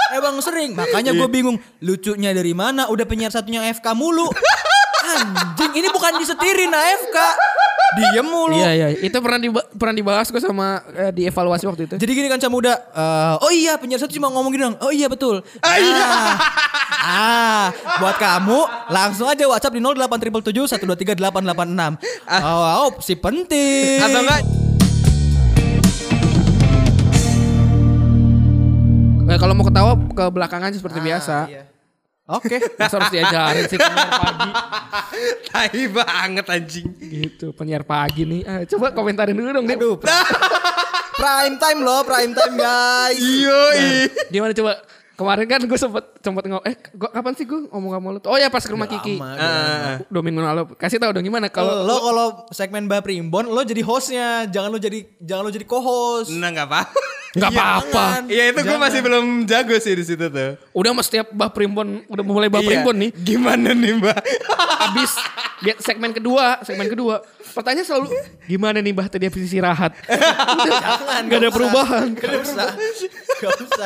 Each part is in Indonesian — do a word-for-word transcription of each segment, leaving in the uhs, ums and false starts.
Emang sering. Makanya gue bingung. Lucunya dari mana? Udah penyiar satunya A F K mulu. Anjing, ini bukan disetirin A F K. Diem mulu. Iya iya, itu pernah diba- pernah dibahas gue sama eh, di evaluasi waktu itu. Jadi gini kan Camuda, uh, oh iya penyiar satu cuma ngomong gini dong. Oh iya betul. Ah, iya. Ah, buat kamu langsung aja WhatsApp di nol delapan tujuh tujuh satu dua tiga delapan delapan enam. Oh, oh, si penting. Atau enggak? Nah, kalau mau ketawa ke belakang aja seperti Ah, biasa. Iya. Oke. Masa harus diajarin sih penyiar pagi. Tai banget anjing. Gitu, penyiar pagi nih. Ah, coba komentarin dulu dong, Dit. Aduh. Prime time loh, prime time guys. Yoi. Gimana coba? Kemarin kan gue sempet sempet ngomong, eh gua, kapan sih gue ngomong sama lu? Oh ya pas ke rumah Kiki. Lama, Ah, Dua minggu lalu. Kasih tahu dong gimana Kalau kalau lo kalau segmen Bah Primbon lo jadi hostnya, jangan lo jadi jangan lo jadi co-host. Nah enggak apa. nggak apa-apa. Iya itu gue Jangan. masih belum jago sih di situ tuh. Udah mas setiap Bah Primbon udah mulai Bah Iya. Primbon nih. Gimana nih Mbak? Habis dia segmen kedua, segmen kedua. Pertanyaan selalu gimana nih Bah tadi habis istirahat? Jangan. Gak ada perubahan. Gak usah. Gak usah.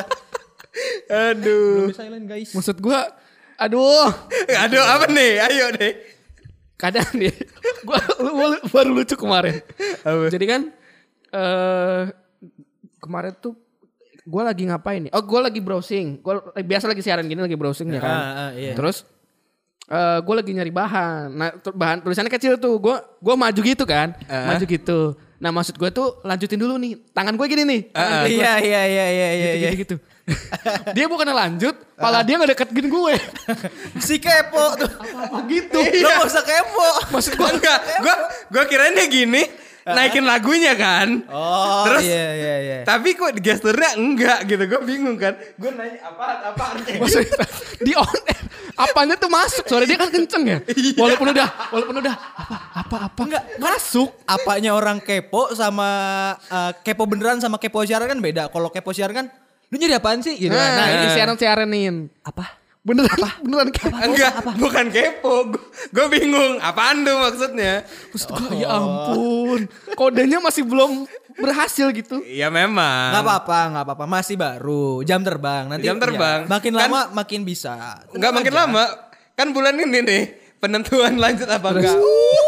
Aduh. Belum silent guys. Maksud gue, aduh. Aduh apa nih? Ayo deh. Kadang nih, gue baru lucu kemarin. Apa? Jadi kan, eh kemarin tuh gue lagi ngapain nih? Oh gue lagi browsing. Gue biasa lagi siaran gini lagi browsing ya kan. Ah, ah, iya. Terus uh, gue lagi nyari bahan. Nah tu- bahan tulisannya kecil tuh. Gue gue maju gitu kan, Ah. maju gitu. Nah maksud gue tuh lanjutin dulu nih. Tangan gue gini nih. Tangan Ah, ah. gue. Iya iya iya iya iya. Gitu, gitu, gitu. Dia bukan lanjut, pala dia ngedeketin gue. Si kepo tuh. Apa gitu? Lo gak usah kepo. Maksud Gue gue enggak. Gue gue kirain dia gini. Naikin lagunya kan. Oh Terus iya iya iya. tapi kok gesturnya enggak gitu. Gue bingung kan. Gue nanya apaan apaan. maksudnya di on air. Apanya tuh masuk, suara dia kan kenceng ya. Walaupun udah, walaupun udah apa apa apa Enggak, masuk. Apanya orang kepo sama uh, kepo beneran sama kepo siaran kan beda. Kalau kepo siaran kan lu nyari apaan sih gitu. Nah, Nah, ini siaran-siaranin. apa? Beneran apa? Beneran kepo. Enggak, bukan kepo. Gue bingung. Apaan tuh maksudnya? Maksud gue ya ampun. Kodenya masih belum berhasil gitu. Ya memang. Nggak apa-apa, nggak apa-apa. Masih baru. Jam terbang. Nanti Jam terbang. ya, makin Kan- lama makin bisa. Enggak makin lama. Kan bulan ini nih. Penentuan lanjut apa enggak.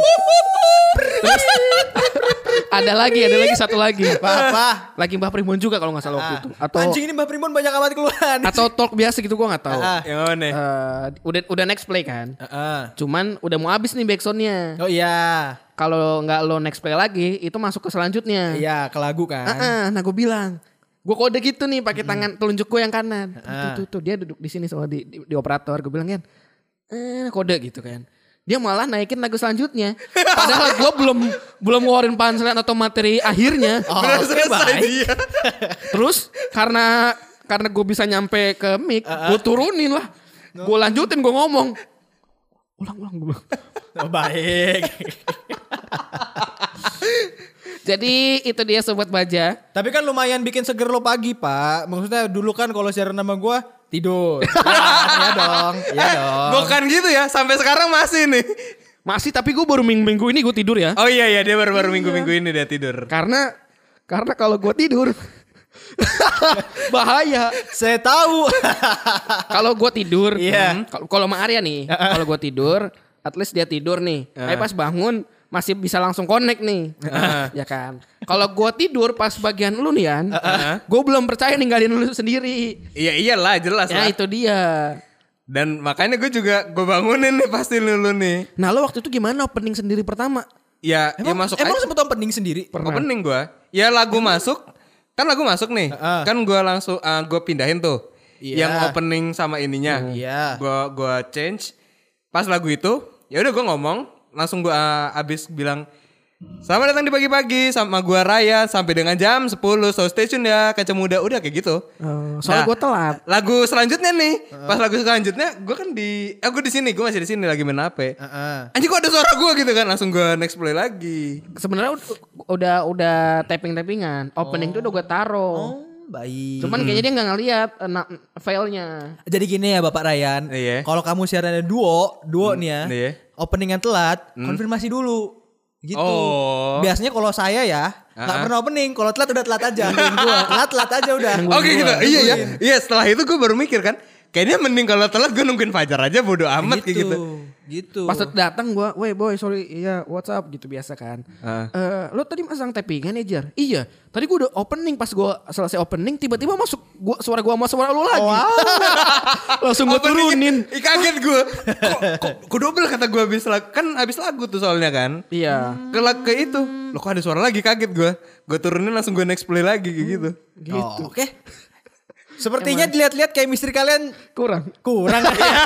Terus ada lagi, ada lagi satu lagi. Apa-apa. Lagi Mbah Primbon juga kalau nggak salah waktu Ah, itu. Atau anjing ini Mbak Primbon banyak amat keluhan. atau talk biasa gitu gue nggak tahu. Ah. Yang mana nih? Eh, udah udah next play kan. Heeh. Cuman udah mau habis nih backsoundnya. Oh iya. Kalau nggak lo next play lagi, itu masuk ke selanjutnya. Iya, ke lagu kan. Ah, ah, nah gue bilang, gue kode gitu nih pakai tangan telunjuk gue yang kanan. Tuh, Ah. tuh, tuh, dia duduk di sini soal di, di, di operator. Gue bilang kan, eh, kode gitu kan. Dia malah naikin lagu selanjutnya. Padahal gue belum belum ngeluarin punchline atau materi akhirnya. Oh, Udah oke, selesai baik. dia. Terus karena karena gue bisa nyampe ke mic, gue turunin lah. Gue lanjutin, gue ngomong. Ulang-ulang gue bilang. Oh, baik. Jadi itu dia Sobat Baja. Tapi kan lumayan bikin seger lo pagi, Pak. Maksudnya dulu kan kalau siaran sama gue tidur. Iya dong, iya dong. Bukan gitu ya. Sampai sekarang masih nih. Masih tapi gue baru minggu-minggu ini gue tidur ya. Oh iya iya dia baru-baru minggu-minggu ini dia tidur. Karena karena kalau gue tidur bahaya. Saya tahu. Kalau gue tidur, Iya. hmm, kalau kalau sama Arya nih, kalau gue tidur, at least dia tidur nih. Tapi pas bangun masih bisa langsung connect nih, ya kan. Kalau gue tidur pas bagian lu nih Yan, gue belum percaya ninggalin lu sendiri. Iya iyalah jelas Ya lah. itu dia. Dan makanya gue juga gue bangunin nih pasti lulu nih. Nah lo waktu itu gimana opening sendiri pertama? Ya ya Emang, masuk emang aja. sempet opening sendiri? Opening gue. Ya lagu masuk. Kan lagu masuk nih. Heeh. Kan gue langsung uh, gue pindahin tuh. Iya. Yang opening sama ininya. Iya. Gue gue change. Pas lagu itu ya udah gue ngomong. Langsung gue uh, abis bilang. Selamat datang di pagi-pagi sama gue Raya sampai dengan jam sepuluh. So stay tune ya Kaca Muda. Udah kayak gitu. Oh, soalnya Nah, gue telat. Lagu selanjutnya nih. Pas lagu selanjutnya gue kan di eh gue di sini, gue masih di sini lagi main H P. Heeh. Anjing kok ada suara gue gitu kan, langsung gue next play lagi. Sebenarnya ud- udah udah tapping-tappingan. Opening tuh udah gue taruh. Oh, baik. Cuman kayaknya dia nggak ngeliat uh, na- filenya. Jadi gini ya Bapak Ryan. Iya. Kalau kamu siarannya duo, duo nih ya. iya. Openingan telat, konfirmasi dulu. Gitu. Oh. Biasanya kalau saya ya nggak Ah. pernah opening. Kalau telat udah telat aja. telat telat aja udah. Oke gitu. Iya ya. Iya setelah itu gue baru mikir kan. Kayaknya mending kalau telat gue nungguin Fajar aja bodo amat kayak gitu. Gitu. Pas datang gue, weh boy sorry, iya what's up gitu biasa kan. Ah. Eh, lo tadi masang tappingan ya Jar? Iya, tadi gue udah opening, pas gue selesai opening tiba-tiba masuk gua, suara gue sama suara lo lagi. Wow. Langsung gue turunin. Ih kaget gue. Kok, kok, kok double kata gue habis lagu. Kan habis lagu tuh soalnya kan. Iya. Ke, ke itu. Loh kok ada suara lagi kaget gue. Gue turunin langsung gue next play lagi kayak gitu. Gitu. Oh, Oke. Sepertinya dilihat-lihat kayak misteri kalian Kurang, kurang.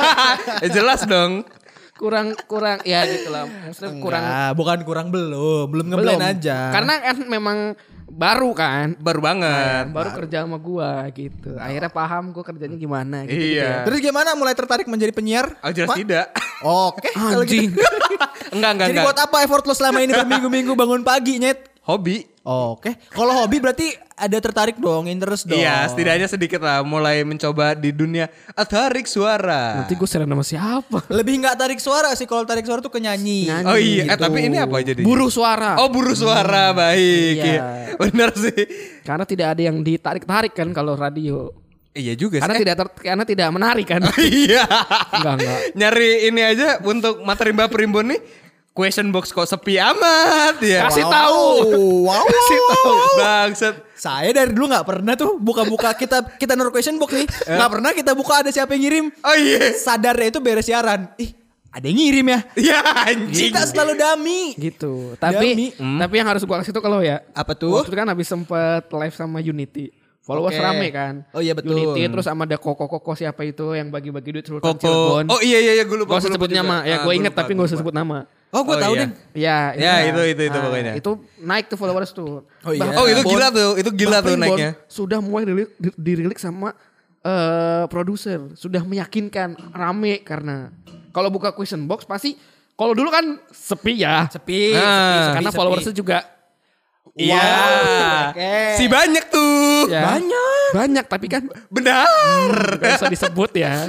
Eh jelas dong. kurang, kurang, ya gitu lah. Maksudnya kurang. Enggak, bukan kurang belum, belum ngeblend aja. Karena kan memang baru kan. Baru banget. Baru kerja sama gua gitu. Akhirnya paham gua kerjanya gimana gitu. Iya. Terus gimana mulai tertarik menjadi penyiar? Oh jelas Ma? tidak. Oke. kalau gitu. Anjing. Enggak enggak Jadi enggak. buat apa effort lo selama ini berminggu-minggu bangun pagi, Nyet? Hobi. Oke. Kalau hobi berarti ada tertarik dong, interest dong. Iya setidaknya sedikit lah. Mulai mencoba di dunia tarik suara. Nanti gue share nama siapa? Lebih nggak tarik suara sih, kalau tarik suara tuh ke nyanyi. Nyanyi. Oh iya. Eh gitu. tapi ini apa jadi? Buru suara. Oh buru suara baik. Iya. Iya. Bener sih. Karena tidak ada yang ditarik-tarik kan kalau radio. Iya juga sih. Karena Eh, tidak ter- karena tidak menarik kan. Iya. Enggak enggak. Nyari ini aja untuk materi Mbak Primbon nih. Question box kok sepi amat ya. Kasih Wow. tahu. Wow. Kasih tahu. Bangsat. Saya dari dulu nggak pernah tuh buka-buka kita kita nor question box nih. Nggak pernah kita buka ada siapa yang ngirim. Oh iya. Sadarnya itu beres siaran. Ih, ada yang ngirim ya. Iya anjing. Kita selalu dami. Gitu. Tapi Dami. tapi yang harus gua kasih tuh kalau ya. Apa tuh? Waktu itu kan habis sempet live sama Unity. Followers Oke. rame kan. Oh iya, betul. Unity terus sama ada Koko-Koko siapa itu yang bagi-bagi duit Sultan Koko. Cilegon. Oh iya iya iya gue lupa. Gak usah gua lupa sebut juga. nama. Ya Ah, gue gua inget lupa, tapi gua gak usah lupa. sebut nama. Oh, gue Oh, tahu iya. deh. Ya, Ya, itu itu itu Nah, pokoknya. Itu naik tuh followers tuh. Oh, iya. Oh itu Bon- gila tuh, itu gila Bang tuh Primbon naiknya. Sudah mulai dirilik, di- dirilik sama eh, produser, sudah meyakinkan rame karena kalau buka question box pasti kalau dulu kan sepi ya. Sepi, Ah. sepi, sepi, Karena sepi. followersnya juga Iya. oke. Si banyak tuh. ya, Banyak. banyak tapi kan Benar. gak usah disebut ya.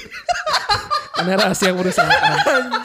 Karena rahasia perusahaan.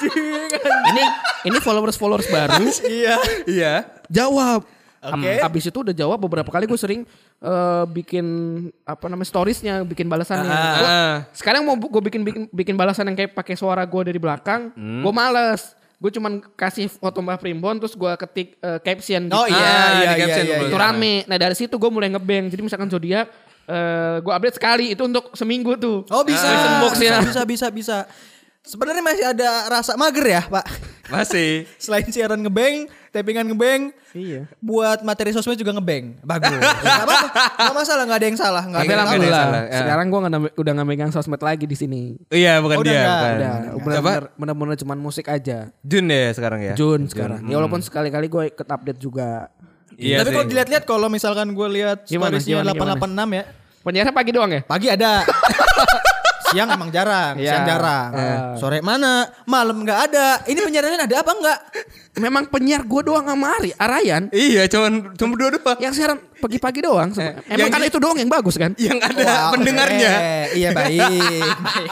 Ini ini followers followers baru Iya. Iya. jawab. Oke. Am- Abis itu udah jawab beberapa kali gue sering eh, bikin apa namanya storiesnya, bikin balasannya. Ah. Gua- sekarang mau gue bikin, bikin bikin balasan yang kayak pakai suara gue dari belakang, Hmm. gue males. Gue cuman kasih foto Mbak Primbon terus gue ketik eh, caption. Oh gitu. iya, Ah, iya, di iya, caption iya, dulu. Itu iya. rame. Nah dari situ gue mulai ngebang. Jadi misalkan zodiak, eh gue update sekali itu untuk seminggu tuh. Oh bisa, Question box bisa, ya. bisa, bisa, bisa. Sebenarnya masih ada rasa mager ya, Pak. Masih. Selain siaran ngebeng, tappingan ngebeng, Iya. buat materi sosmed juga ngebeng. Bagus. Gak apa-apa, gak masalah, gak ada yang salah. Gak ada Tapi yang salah. alhamdulillah salah, ya. sekarang gue nggak udah nggak megang sosmed lagi di sini. Iya bukan Oh, udah dia. enggak. Bukan. Udah, Apa? benar-benar benar-benar cuman musik aja. Jun ya sekarang ya. Jun sekarang. Ya walaupun sekali-kali gue ikut update juga. Iya Tapi sih. kalau dilihat-lihat, kalau misalkan gue lihat Gimana, storiesnya gimana, delapan delapan enam ya. Penyiarnya pagi doang ya? Pagi ada. Siang emang jarang, Iya. siang jarang. Ah. Sore mana? Malam nggak ada. Ini penyiarannya ada apa enggak? Memang penyiar gue doang sama Ari, Arayan. Iya cuman cuma dua doang. Yang siaran pagi-pagi doang. sebenarnya. Eh, Emang yang kan di- itu doang yang bagus kan? Yang ada Wah, pendengarnya. oke. Iya baik. Baik.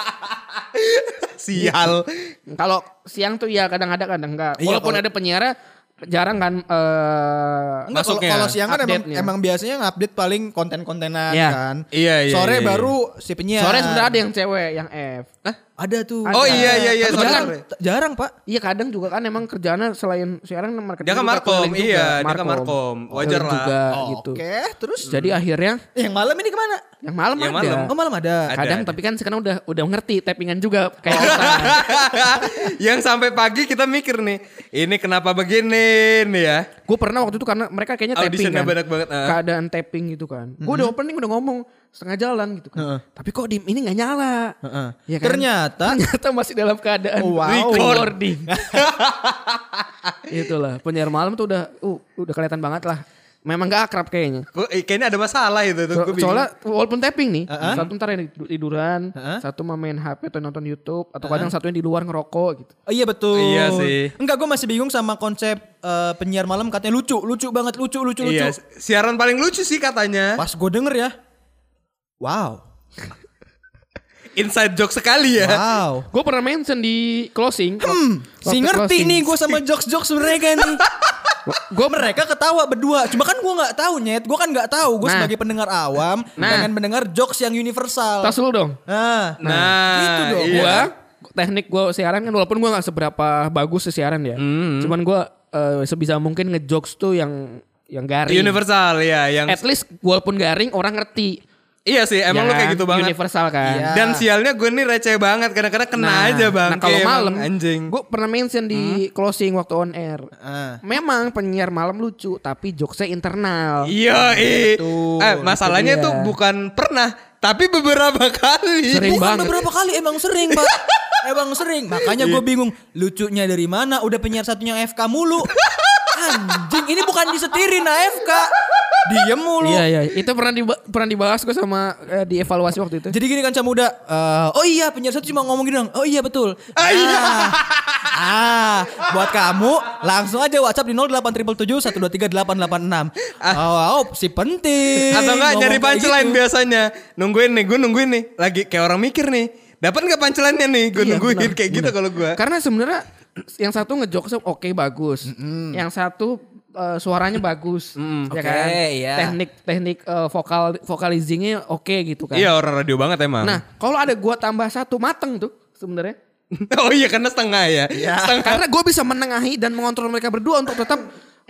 Sial. Kalau siang tuh ya kadang-kadang kadang enggak. Iya, Walaupun kalau- ada penyiar jarang kan eh Enggak, kalau Masuknya. kalau siang kan emang, Update-nya. emang biasanya ngupdate paling konten-kontenan Iya. kan. Iya, iya, Sore iya, iya. baru si penyiar. sore sebenarnya ada yang cewek, yang F. Ada tuh. Ada. Oh iya iya iya. Tapi sore. jarang, jarang Pak. Iya kadang juga kan emang kerjaannya selain siaran marketing. Dia kan juga markom, keliling juga. iya, dia kan markom. Wajar Keliling lah. juga Oh, gitu. Oke, terus Jadi akhirnya yang malam ini kemana? yang malam Yang ada. malam. Oh malam ada. Ada. Kadang tapi kan sekarang udah udah ngerti tappingan juga kayak kita. Yang sampai pagi kita mikir nih, ini kenapa begini nih ya? Gue pernah waktu itu karena mereka kayaknya tapping Auditionnya kan. banyak banget, ah. Keadaan tapping gitu kan. Gue udah opening udah ngomong setengah jalan gitu kan. Heeh. Tapi kok dim ini nggak nyala. Heeh. Ya kan? Ternyata Ternyata masih dalam keadaan Wow. recording. Itulah penyiar malam tuh udah uh, udah kelihatan banget lah. Memang gak akrab kayaknya. Kok eh, kayaknya ada masalah itu tuh. So- Gua bingung. soalnya walaupun tapping nih, Uh-uh. satu ntar yang tiduran, Uh-uh. satu mah main H P atau nonton YouTube, atau kadang satu yang di luar ngerokok gitu. Oh iya betul. Iya sih. Enggak, gue masih bingung sama konsep eh, penyiar malam katanya lucu, lucu banget, lucu, lucu, Iya, lucu. siaran paling lucu sih katanya. Pas gue denger ya, wow, Inside joke sekali ya. wow. Gue pernah mention di closing. Hmm, waktu si ngerti closing. nih gue sama jokes-jokes mereka nih. Gue mereka ketawa berdua. Cuma kan gue nggak tahu nyet. Gue kan nggak tahu. Gue Nah. sebagai pendengar awam Nah. pengen mendengar jokes yang universal. Tas dulu dong. Nah, Nah, gitu dong. iya. Gua teknik gue siaran kan walaupun gue nggak seberapa bagus sih siaran ya. Hmm. Cuman gue eh, sebisa mungkin ngejokes tuh yang yang garing. Universal ya yang At least walaupun garing orang ngerti. iya sih emang Ya lu kayak kan? gitu banget. Universal kan. Iya. Dan sialnya gue nih receh banget kadang-kadang kena Nah, aja bang. Nah kalau Kayak malam emang anjing. gue pernah mention di closing waktu on air. Ah. Memang penyiar malam lucu tapi jokesnya internal. Iya, eh. Betul, eh masalahnya itu tuh dia. bukan pernah, tapi beberapa kali. Sering Bukan banget. beberapa kali emang sering pak. Emang sering. Makanya gue bingung lucunya dari mana. Udah penyiar satunya F K mulu. Anjing ini bukan disetirin A F K. Diem mulu. Iya iya itu pernah diba- pernah dibahas gue sama eh, di evaluasi waktu itu. Jadi gini kan Camuda, eh, oh iya penyiar satu cuma ngomong gini dong. Oh iya betul. Ah, iya. Ah, buat kamu langsung aja WhatsApp di nol delapan tujuh tujuh satu dua tiga delapan delapan enam. Oh, oh, si penting. Atau enggak ngomong nyari kayak punchline gitu. biasanya. Nungguin nih, gue nungguin nih. Lagi kayak orang mikir nih. Dapat enggak punchline-nya nih? Gue Iya, nungguin benar, kayak gitu kalau gue. Karena sebenarnya yang satu ngejokes oke bagus, yang satu eh, suaranya bagus, ya oke, kan? iya. Teknik teknik eh, vokal vokalizingnya oke gitu kan. Iya orang radio banget emang. Nah kalau ada gua tambah satu mateng tuh sebenarnya. oh iya karena setengah ya. Setengah. Karena gue bisa menengahi dan mengontrol mereka berdua untuk tetap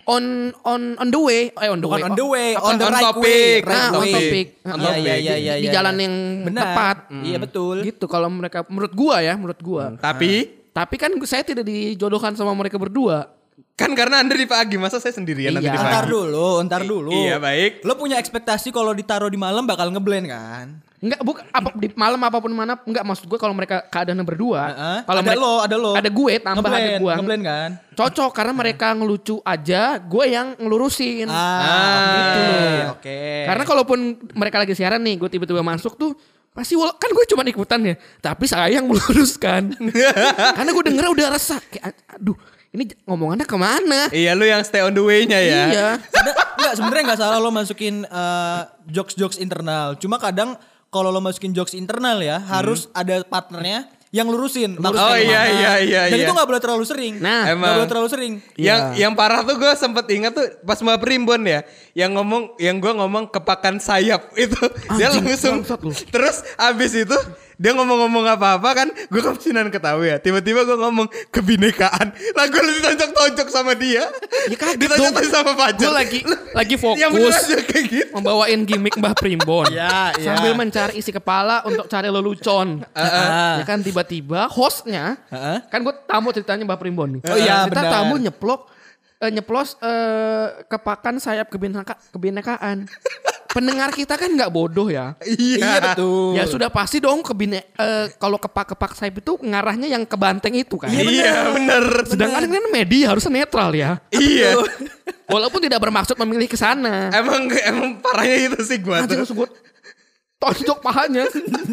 on on on the way, eh on the way, Bukan on the way, Apa? on the on right topic. way. Nah, Right on way. topic. On Iya, topic. iya, iya, iya, di iya, jalan iya. yang Benar. tepat. Iya betul. Gitu kalau mereka menurut gua ya, menurut gua. Tapi Tapi kan saya tidak dijodohkan sama mereka berdua. kan karena Anda di pagi, masa saya sendirian nanti Iya. di pagi. Ntar dulu, ntar dulu. Iya, baik. Lo punya ekspektasi kalau ditaruh di malam bakal ngeblend kan? Enggak, bukan apa di malam apapun mana, enggak maksud gue kalau mereka keadaannya berdua. Heeh. Kalau Ada mereka, lo, ada lo. Ada gue tambah ada Ngeblend, gue. ngeblend kan? Cocok karena mereka ngelucu aja, gue yang ngelurusin. Ah, gitu. Oke. Karena kalaupun mereka lagi siaran nih, gue tiba-tiba masuk tuh pasti wala- kan gue cuma ikutan ya, tapi saya yang meluruskan. Karena gue denger udah resah, kayak aduh ini ngomongannya kemana? Iya lu yang stay on the way-nya ya. Iya. Ada, enggak sebenarnya enggak salah lo masukin eh, jokes-jokes internal. Cuma kadang kalau lo masukin jokes internal ya harus ada partnernya yang lurusin. Maksudnya Oh, iya, gimana. iya, iya, Dan iya. itu gak boleh terlalu sering. Nah, Nggak emang. boleh terlalu sering. Yang Iya. yang parah tuh gue sempet ingat tuh pas Mbak Primbon ya, yang ngomong yang gue ngomong kepakan sayap itu dia Anjing, langsung bangsat lu. terus abis itu dia ngomong-ngomong apa-apa kan, gue kepesinan ketawa ya. Tiba-tiba gue ngomong kebinekaan, lah gue ditonjok-tonjok sama dia. Ya kaget Ditonjok-tonjok dong. sama Fajar. Gue lagi lagi Yang bener fokus aja kayak gitu. membawain gimmick Mbah Primbon. Iya, iya. Sambil mencari isi kepala untuk cari lelucon. Ya kan tiba-tiba hostnya, Heeh. kan gue tamu ceritanya Mbah Primbon nih. Oh iya, Kita benar. tamu nyeplok, eh, nyeplos eh, kepakan sayap kebineka, kebinekaan. Pendengar kita kan nggak bodoh ya. Iya. Iya betul. Ya sudah pasti dong kebine eh, kalau kepak-kepak sayap itu ngarahnya yang ke banteng itu kan. Iya bener. Sedangkan ini kan media harusnya netral ya. Iya. Walaupun tidak bermaksud memilih ke sana. Emang emang parahnya itu sih gue Anjing tuh. langsung gue tonjok pahanya.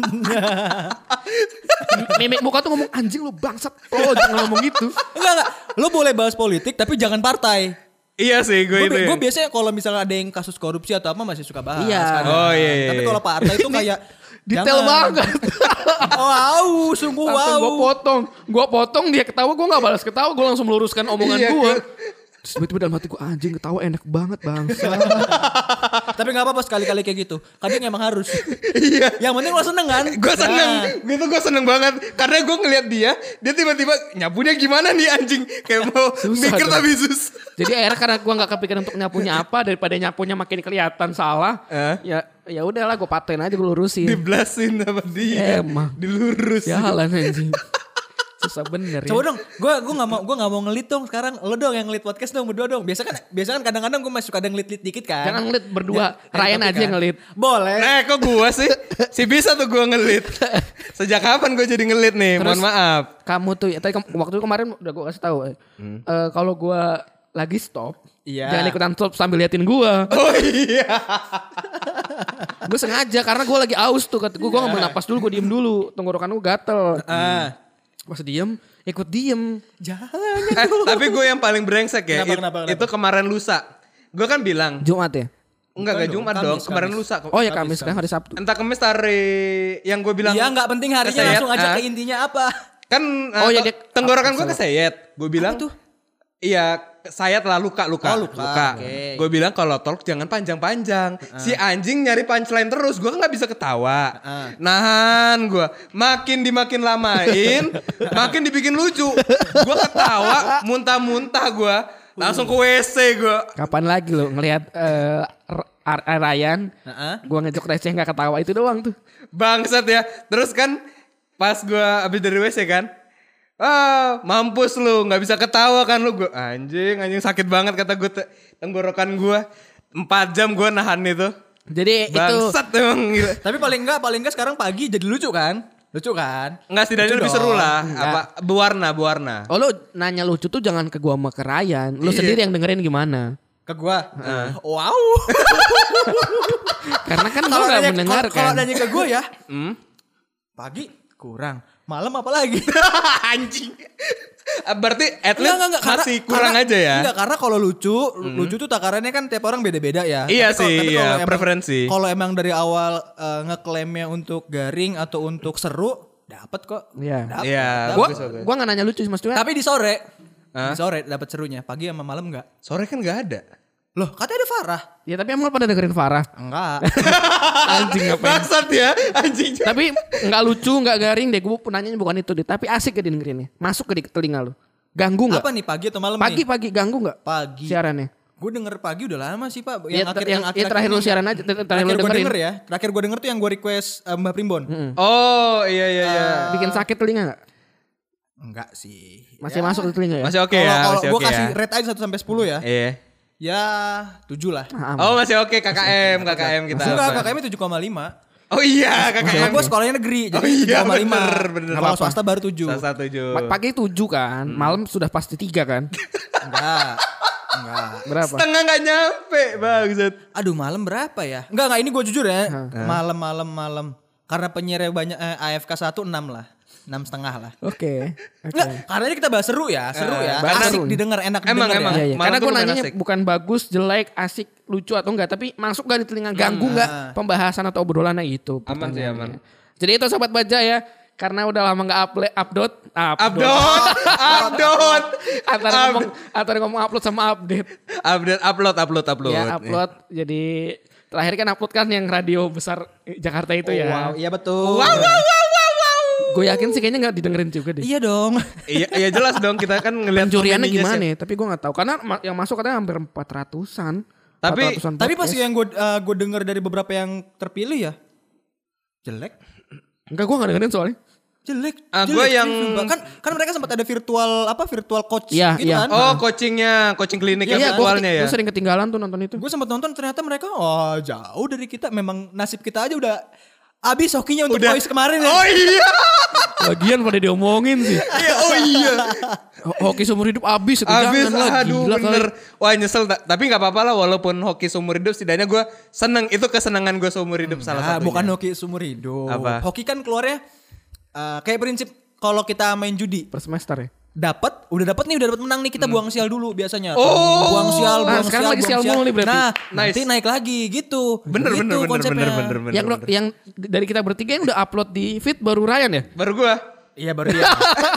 Mimik muka tuh ngomong anjing lu bangsat. Oh jangan ngomong gitu. Enggak enggak. Lo boleh bahas politik tapi jangan partai. Iya sih gue itu. Gue ya. biasanya kalau misalnya ada yang kasus korupsi atau apa masih suka bahas. Iya. kadang. Oh, iya, iya, Tapi iya. kalau partai itu kayak Detail jangan. banget. Wow, sungguh Langsung wow. gue potong. Gue potong dia ketawa gue gak balas ketawa. Gue langsung meluruskan omongan Iya, gue. kan? Terus tiba-tiba dalam hati gue anjing ketawa enak banget bangsa. Tapi gak apa-apa sekali-kali kayak gitu. Kadang emang harus. Iya. Yang penting lo seneng kan? Gue seneng, Nah. gitu gue seneng banget karena gue ngeliat dia, dia tiba-tiba nyapunya gimana nih anjing, kayak mau Susah mikir dong. tapi sus. Jadi akhirnya karena gue gak kepikiran untuk nyapunya apa. Daripada nyapunya makin kelihatan salah. Eh? Ya ya udahlah gue paten aja gue lurusin. Diblasin sama dia, Emang. dilurus. Jalan anjing. Susah bener ya. Coba dong, gue gue nggak mau gue nggak mau ngelit dong sekarang. Lo dong yang ngelit podcast dong berdua dong. Biasa kan biasa kan kadang-kadang gue masih suka ada ngelit-ngelit dikit kan. Jangan ngelit berdua. Ya, Ryan tapi aja kan. yang ngelit. Boleh. Nah kok gue sih, si bisa tuh gue ngelit. Sejak kapan gue jadi ngelit nih, mohon Terus- maaf. Kamu tuh ya, tadi ke- waktu itu kemarin udah gue kasih tahu. Eh, Eh, kalau gue lagi stop, Iya. jangan ikutan stop sambil liatin gue. Oh iya. Gue sengaja karena gue lagi aus tuh. Kata gue, gue ngambil napas dulu, gue diem dulu. Tenggorokan gue gatel. Ah. Pas diem, ikut diem. Jangan. Eh, tapi gue yang paling brengsek ya, Kenapa, it- kenapa, kenapa? itu kemarin lusa. Gue kan bilang, Jumat ya? enggak enggak Bukan Jumat dong, dong, Kamis, kemarin Kamis. lusa. Oh ya Kamis, Kamis kan hari Sabtu. Entah kemis hari yang gue bilang. Iya nggak penting harinya keseyet, langsung aja ah. ke intinya apa. Kan Oh, oh, iya, ya dia- tenggorokan gue apa, keseyet. Gue bilang Apa tuh? iya saya telah luka luka Oh, luka. Oke. Gue bilang kalau talk jangan panjang-panjang. Uh. Si anjing nyari punchline terus, gue kan nggak bisa ketawa. Uh. Nahan gue, makin dimakin lamain, makin dibikin lucu. Gue ketawa, muntah-muntah gue, langsung ke W C gue. Kapan lagi lo ngelihat uh, Ryan, uh-uh. gue ngejok receh nggak ketawa itu doang tuh. Bangsat ya. Terus kan pas gue abis dari W C kan. Ah, mampus lu, nggak bisa ketawa kan lu. Gue anjing, anjing sakit banget kata gue tenggorokan gue. Empat jam gue nahan itu. Jadi bangsat itu. emang gila. Tapi paling enggak, paling enggak sekarang pagi jadi lucu kan? Lucu kan? Enggak setidaknya lebih seru lah. Apa berwarna, berwarna. Oh lu nanya lucu tuh jangan ke gua sama ke Ryan. Lu Iya. sendiri yang dengerin gimana? Ke gua. Uh. Wow. Karena kan gua Kalau gak nanya, mendengarkan. kalau nanya ke gua ya, Hmm? pagi kurang. Malam apa lagi? Anjing. Berarti at least Enggak, enggak, enggak, masih karena- kurang karena- aja ya. Enggak, karena kalau lucu, lucu tuh takarannya kan tiap orang beda-beda ya. Iya Tapi kalau- sih, tapi iya, kalau emang- preferensi. Kalau emang dari awal eh, ngeklaimnya untuk garing atau untuk seru, dapat kok. Iya. Dapet, Iya, dapet. Gua bagus, bagus. gua gak nanya lucu sih Mas Cuma. Tapi di sore, Hah? di sore dapat serunya. Pagi sama malam enggak? Sore kan nggak ada. Loh, katanya ada Farah. Ya tapi emang lu pada dengerin Farah. Enggak. Anjing ngapain? Bangsat ya, anjing. Tapi nggak lucu, nggak garing deh. Gue nanyanya bukan itu deh. Tapi asik gak dengerinnya? Masuk ke di telinga lu? Ganggu nggak? Apa nih pagi atau malam Pagi nih? pagi ganggu nggak? Pagi. Siarannya? Gue denger pagi udah lama sih Pak. Ya, ter- yang, ya terakhir lu siaran aja. ter- Terakhir Terakhir lu gue dengerin. denger ya. Terakhir gue denger tuh yang gue request eh, Mbak Primbon. Oh iya iya iya. Bikin sakit telinga nggak? Enggak sih. Masih masuk ke telinga ya? Masih oke Kalau ya, kalau masih gue oke kasih ya. rate aja satu sampai sepuluh ya. Iya. Ya tujuh lah. Ah, aman. Oh masih oke K K M, K K M kita. Enggak, apa? K K M tujuh koma lima. Oh iya K K Karena M. gue sekolahnya negeri, jadi Oh iya, tujuh koma lima. bener, bener. Kalau swasta baru tujuh. Salah tujuh. Pa- Pagi tujuh kan, malam sudah pasti tiga kan? Enggak. Enggak. Berapa? Setengah nggak nyampe bangsat. Aduh malam berapa ya? Enggak, enggak ini gue jujur ya. Malam, malam, malam. Karena penyiar banyak eh, A F K satu enam lah. Enam setengah lah. Oke. Oke. Enggak, karena ini kita bahas seru ya, seru Eh, ya. bahas Asik seru. didengar, enak Emang, didengar emang. ya. Iya, iya. Malam Karena tuh gue lumayan nanyanya asik. bukan bagus, jelek, asik, lucu atau enggak, tapi masuk gak di telinga, ganggu nggak pembahasan atau obrolannya itu. Aman sih, pertanyaannya. aman. Jadi itu sobat baja ya, karena udah lama nggak upload, upload, Upload, upload, antara ngomong, antara ngomong upload sama update. update, upload, upload, upload. Ya upload, jadi terakhir kan upload kan yang radio besar Jakarta itu ya. Wow, iya betul. Wow, wow, wow, wow, wow. Gue yakin sih kayaknya nggak didengerin juga deh. Iya dong. Iya, iya jelas dong kita kan ngeliat Pencuriannya komedinya gimana sih. ya? Tapi gue nggak tahu karena ma- yang masuk katanya hampir empat ratusan. Tapi- Tapi pas yang gue uh, gue dengar dari beberapa yang terpilih ya, jelek, enggak, gue nggak dengerin soalnya. jelek. Ah, jelek gua sih, yang- sumpah. kan kan mereka sempat ada virtual apa virtual coach Iya, gitu iya. kan. Oh coachingnya, coaching klinik yang Iya, gue virtualnya ya. sering ketinggalan tuh nonton itu. Gue sempat nonton ternyata mereka oh jauh dari kita. Memang nasib kita aja udah habis hokinya untuk Udah. Boys kemarin ya. Oh iya. Lagian pada diomongin sih. Iya, oh iya. Ho- Hoki seumur hidup abis itu Abis, jangan lah, aduh gila bener. kali. Wah nyesel, ta- tapi gak apa-apa lah walaupun hoki seumur hidup setidaknya gue seneng. Itu kesenangan gue seumur hidup salah Nah, satunya. bukan hoki seumur hidup. Apa? Hoki kan keluarnya uh, kayak prinsip kalau kita main judi, Per semester ya. dapat, udah dapat nih, udah dapat menang nih, kita buang sial dulu biasanya. Oh. buang sial, Nah, buang sekarang sial, lagi buang sial mulu nih berarti. Nah, Nice. nanti naik lagi gitu. Bener, gitu bener, bener, konsepnya. bener, bener, bener. yang lo- yang dari kita bertiga yang udah upload di feed baru Ryan ya? Baru gue. Iya baru dia.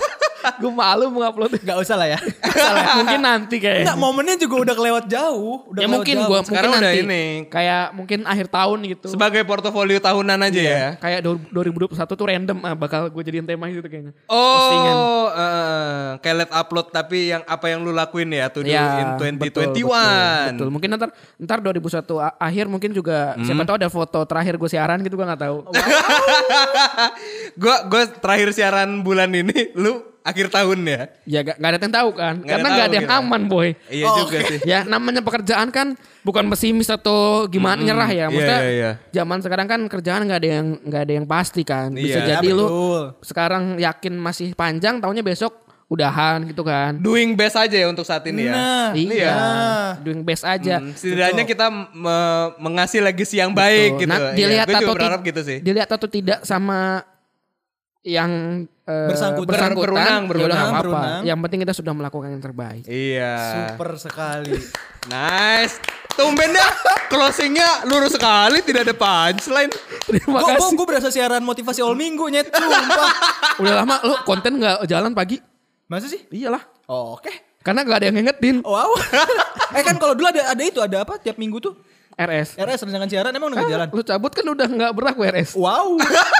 Gue malu mau upload. Gak usah lah ya. Mungkin nanti kayaknya. Enggak, momennya juga udah kelewat jauh. Udah Ya kelewat mungkin jauh. gue Sekarang mungkin udah nanti ini. kayak mungkin akhir tahun gitu. Sebagai portofolio tahunan aja ya. Kayak dua ribu dua puluh satu tuh random ah, bakal gue jadiin tema gitu kayaknya. Postingan. Oh, eh, kayak let upload tapi yang apa yang lu lakuin ya to do in Ya, dua ribu betul, dua puluh satu. betul, betul. Mungkin ntar ntar dua ribu satu a- akhir mungkin juga Hmm. siapa tahu ada foto terakhir gue siaran gitu gue nggak tahu. Gue gue terakhir siaran bulan ini, lu akhir tahun ya. Ya gak, gak ada yang tahu kan. Nggak ada Karena tahu gak ada yang kita. aman boy. Iya Oh, juga sih. Ya namanya pekerjaan kan bukan pesimis atau gimana nyerah ya. Maksudnya iya, iya. zaman sekarang kan kerjaan nggak ada yang nggak ada yang pasti kan. Bisa Iya, jadi lu betul. sekarang yakin masih panjang, taunya besok udahan gitu kan. Doing best aja ya untuk saat ini ya. Nah, Iya, Nah. doing best aja. Hmm, setidaknya kita me- mengasih legacy yang baik Tuh. gitu. Nah, Iya, dilihat gue atau juga ti- berharap gitu sih. Dilihat atau tidak sama yang eh, Bersangkutan. bersangkutan, Berunang, ya udah berunang, nggak apa-apa. berunang. Yang penting kita sudah melakukan yang terbaik. Iya. Super sekali. Nice. Tumben dah closingnya lurus sekali, tidak ada punchline. Terima Gue kasih. gue berasa siaran motivasi all minggu nyet. Sumpah. Udah lama lu konten nggak jalan pagi? Masa sih? Iyalah. Oh, oke. Karena gak ada yang ngingetin. Wow. eh kan kalau dulu ada ada itu ada apa tiap minggu tuh? R S. R S rancangan siaran emang udah gak jalan. Lu cabut kan udah gak berlaku R S. Wow.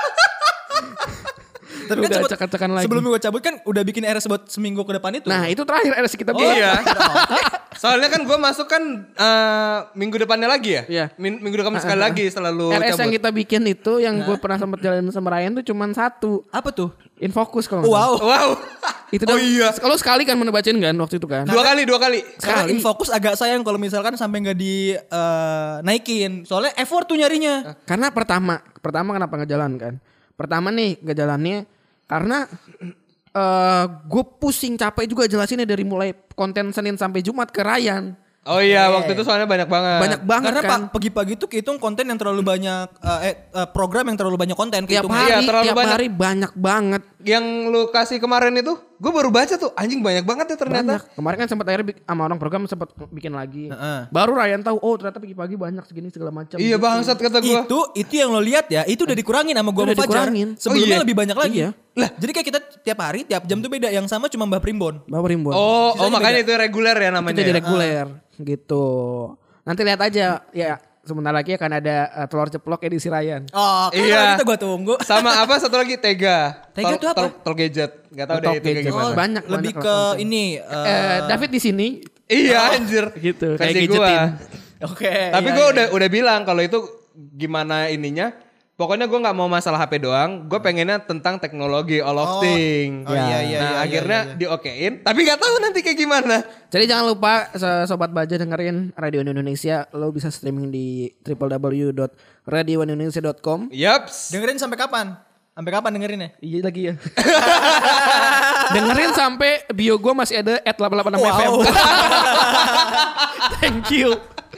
Tapi kan Udah sebut- acak-acakan lagi. sebelum gue cabut kan udah bikin R S buat seminggu ke depan itu. Nah itu terakhir R S kita Oh buat. iya. Soalnya kan gue masuk kan eh, minggu depannya lagi ya. Iya. Min- minggu depan sekali lagi setelah lu R S cabut. yang kita bikin itu yang gue pernah sempat jalanin sama Ryan tuh cuman satu. Apa tuh? Infokus kalau nggak salah. Wow. Wow. Itu Oh dong. iya. Kalau sekali kan mana bacain kan waktu itu kan. Dua kali, dua kali. Karena Sekali. Infokus agak sayang kalau misalkan sampai nggak di eh, naikin. Soalnya effort tuh nyarinya. Karena pertama, pertama kenapa nggak jalan kan? Pertama nih nggak jalannya karena eh gue pusing capek juga jelasinnya dari mulai konten Senin sampai Jumat ke Ryan. Oh iya, waktu itu soalnya banyak banget. Banyak banget Karena kan. Pak pagi-pagi tuh kehitung konten yang terlalu banyak eh, eh, eh, program yang terlalu banyak konten Tiap kehitung. hari, Iya, terlalu tiap banyak. hari banyak banget. Yang lu kasih kemarin itu, gue baru baca tuh, anjing banyak banget ya ternyata. Banyak. Kemarin kan sempat akhirnya bik- sama orang program sempat bikin lagi. Heeh. Baru Ryan tahu oh ternyata pagi-pagi banyak segini segala macam. Iya bangsat kata gue. Itu itu yang lo lihat ya, itu udah dikurangin sama gua Udah sama Fajar. dikurangin. Sebelumnya Oh iya? lebih banyak lagi. Iya. Lah, jadi kayak kita tiap hari, tiap jam tuh beda. Yang sama cuma Mbah Primbon. Bawa Rimbon. Oh, oh Sisanya makanya beda. itu reguler ya Itu namanya. jadi ya? reguler gitu. Nanti lihat aja ya sebentar lagi akan ada uh, telur ceplok edisi Ryan. Oh, kan Iya. kita gua tunggu. Sama apa satu lagi Tega. Tega Tol- tuh apa? Tol, tol gadget. Gak tau deh Talk itu kayak gadget. gimana. Oh, banyak Lebih banyak ke konten. ini Eh, eh, David di sini Iya anjir. gitu kayak Kasih gadgetin. gua. Oke. Tapi iya, gue iya. udah udah bilang kalau itu gimana ininya. Pokoknya gue nggak mau masalah H P doang. Gue pengennya tentang teknologi all of Oh. thing. Oh, iya, iya, Nah iya, akhirnya iya, iya. diokein. Tapi nggak tahu nanti kayak gimana. Jadi jangan lupa so- Sobat Baja dengerin Radio Indonesia. Lo bisa streaming di w w w dot radio indonesia dot com. Yaps. Dengerin sampai kapan? Sampai kapan dengerinnya? Iya lagi ya. Dengerin sampai bio gue masih ada at delapan delapan enam F M. Wow. Thank you.